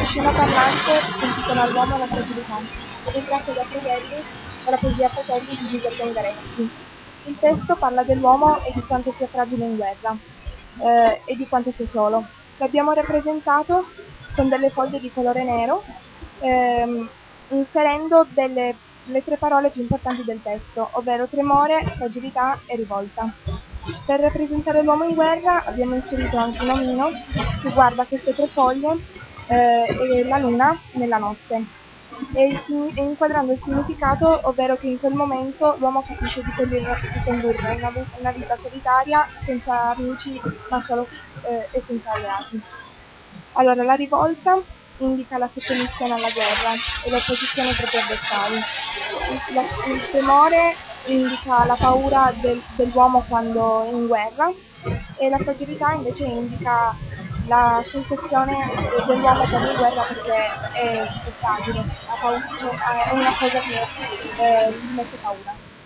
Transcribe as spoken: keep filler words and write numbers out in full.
scena parlante si intitola L'uomo e la fragilità ed è tratta da Fratelli, dalla poesia Fratelli di Giuseppe Ungaretti. Il testo parla dell'uomo e di quanto sia fragile in guerra eh, e di quanto sia solo. L'abbiamo rappresentato con delle foglie di colore nero, ehm, inserendo delle, le tre parole più importanti del testo, ovvero tremore, fragilità e rivolta. Per rappresentare l'uomo in guerra abbiamo inserito anche un omino che guarda queste tre foglie eh, e la luna nella notte, e, il, e inquadrando il significato, ovvero che in quel momento l'uomo capisce di condurre, di condurre una, una vita solitaria, senza amici ma solo eh, e senza alleati. Allora, la rivolta indica la sottomissione alla guerra e l'opposizione ai propri avversari. Il, il temore indica la paura del, dell'uomo quando è in guerra, e la fragilità invece indica la sensazione dell'uomo quando è in guerra perché è, è fragile, ha paura, cioè, è una cosa che eh, gli mette paura.